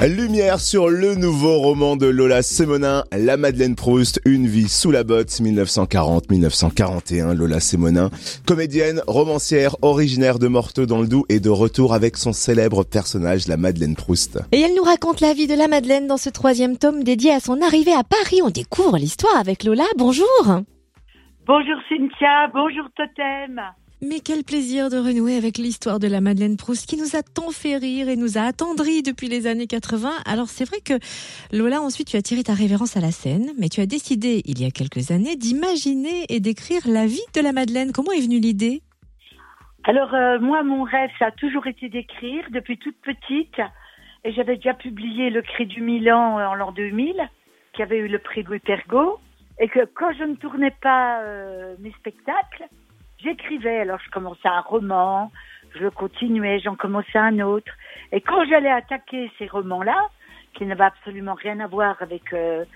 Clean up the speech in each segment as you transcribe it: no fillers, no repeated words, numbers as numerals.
Lumière sur le nouveau roman de Lola Sémonin, La Madeleine Proust, une vie sous la botte, 1940-1941. Lola Sémonin, comédienne, romancière, originaire de Morteau dans le Doubs, et de retour avec son célèbre personnage, la Madeleine Proust. Et elle nous raconte la vie de la Madeleine dans ce 3e tome dédié à son arrivée à Paris. On découvre l'histoire avec Lola. Bonjour. Bonjour Cynthia, bonjour Totem. Mais quel plaisir de renouer avec l'histoire de la Madeleine Proust qui nous a tant fait rire et nous a attendris depuis les années 80. Alors c'est vrai que Lola, ensuite tu as tiré ta révérence à la scène, mais tu as décidé il y a quelques années d'imaginer et d'écrire la vie de la Madeleine. Comment est venue l'idée ? Alors moi mon rêve ça a toujours été d'écrire depuis toute petite et j'avais déjà publié Le Cri du Milan en l'an 2000 qui avait eu le prix Louis Pergaud et que quand je ne tournais pas mes spectacles, j'écrivais. Alors je commençais un roman, je continuais, j'en commençais un autre. Et quand j'allais attaquer ces romans-là, qui n'avaient absolument rien à voir avec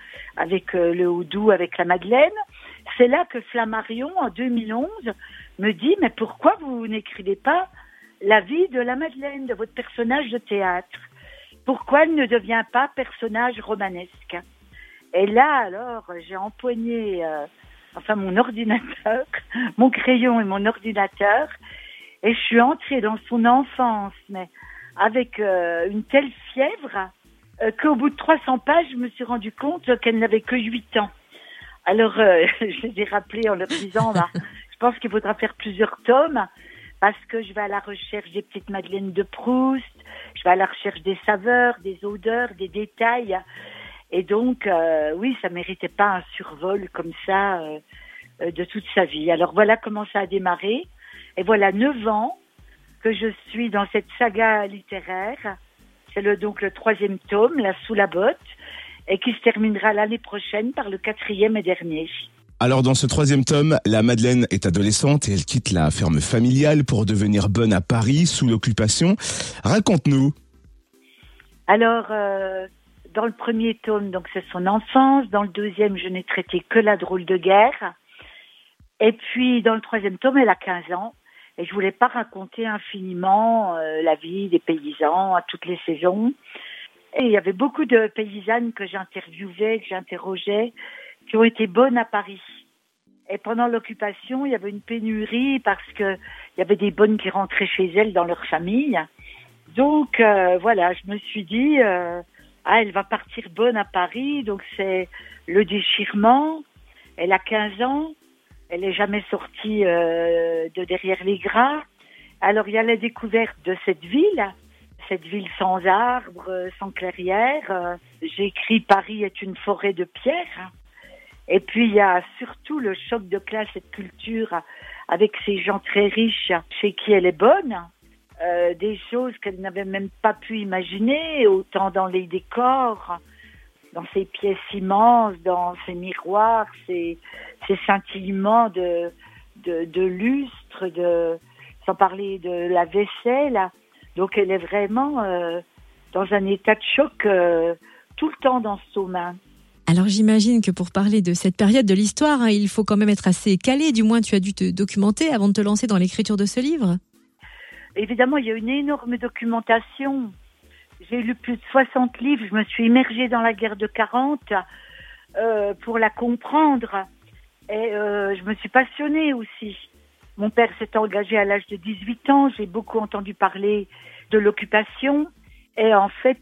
le Houdou, avec la Madeleine, c'est là que Flammarion, en 2011, me dit « Mais pourquoi vous n'écrivez pas la vie de la Madeleine, de votre personnage de théâtre ? Pourquoi elle ne devient pas personnage romanesque ?» Et là, alors, j'ai empoigné... mon ordinateur, mon crayon et mon ordinateur, et je suis entrée dans son enfance, mais avec une telle fièvre qu'au bout de 300 pages, je me suis rendu compte qu'elle n'avait que 8 ans. Alors, je les ai rappelés en leur disant, je pense qu'il faudra faire plusieurs tomes, parce que je vais à la recherche des petites Madeleines de Proust, je vais à la recherche des saveurs, des odeurs, des détails. Et donc, oui, ça méritait pas un survol comme ça de toute sa vie. Alors voilà comment ça a démarré. Et voilà 9 ans que je suis dans cette saga littéraire. C'est donc le 3e tome, La Sous la botte, et qui se terminera l'année prochaine par le 4e et dernier. Alors dans ce 3e tome, la Madeleine est adolescente et elle quitte la ferme familiale pour devenir bonne à Paris sous l'occupation. Raconte-nous. Alors... Dans le 1er tome, donc c'est son enfance. Dans le 2e, je n'ai traité que la drôle de guerre. Et puis, dans le 3e tome, elle a 15 ans. Et je voulais pas raconter infiniment la vie des paysans à toutes les saisons. Et il y avait beaucoup de paysannes que j'interviewais, que j'interrogeais, qui ont été bonnes à Paris. Et pendant l'occupation, il y avait une pénurie parce que il y avait des bonnes qui rentraient chez elles dans leur famille. Donc, voilà, je me suis dit... elle va partir bonne à Paris, donc c'est le déchirement. Elle a 15 ans, elle n'est jamais sortie de derrière les gras. Alors il y a la découverte de cette ville sans arbres, sans clairière. J'ai écrit « Paris est une forêt de pierres ». Et puis il y a surtout le choc de classe et de culture avec ces gens très riches chez qui elle est bonne. Des choses qu'elle n'avait même pas pu imaginer, autant dans les décors, dans ces pièces immenses, dans ces miroirs, ces scintillements de lustre, sans parler de la vaisselle. Donc elle est vraiment dans un état de choc tout le temps dans ce tome. Alors j'imagine que pour parler de cette période de l'histoire, il faut quand même être assez calé, du moins tu as dû te documenter avant de te lancer dans l'écriture de ce livre. Évidemment, il y a une énorme documentation. J'ai lu plus de 60 livres. Je me suis immergée dans la guerre de 40 pour la comprendre. Et je me suis passionnée aussi. Mon père s'est engagé à l'âge de 18 ans. J'ai beaucoup entendu parler de l'occupation. Et en fait,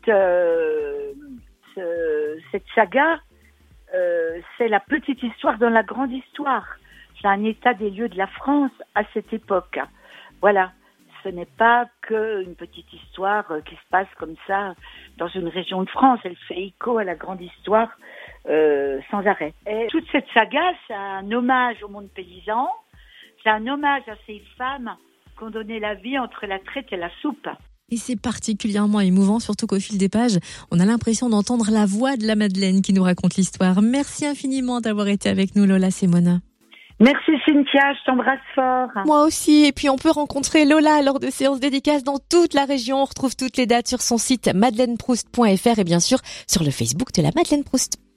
cette saga, c'est la petite histoire dans la grande histoire. C'est un état des lieux de la France à cette époque. Voilà. Ce n'est pas qu'une petite histoire qui se passe comme ça dans une région de France. Elle fait écho à la grande histoire sans arrêt. Et toute cette saga, c'est un hommage au monde paysan. C'est un hommage à ces femmes qui ont donné la vie entre la traite et la soupe. Et c'est particulièrement émouvant, surtout qu'au fil des pages, on a l'impression d'entendre la voix de la Madeleine qui nous raconte l'histoire. Merci infiniment d'avoir été avec nous, Lola Sémonin. Merci Cynthia, je t'embrasse fort. Moi aussi, et puis on peut rencontrer Lola lors de séances dédicaces dans toute la région. On retrouve toutes les dates sur son site madeleineproust.fr et bien sûr sur le Facebook de la Madeleine Proust.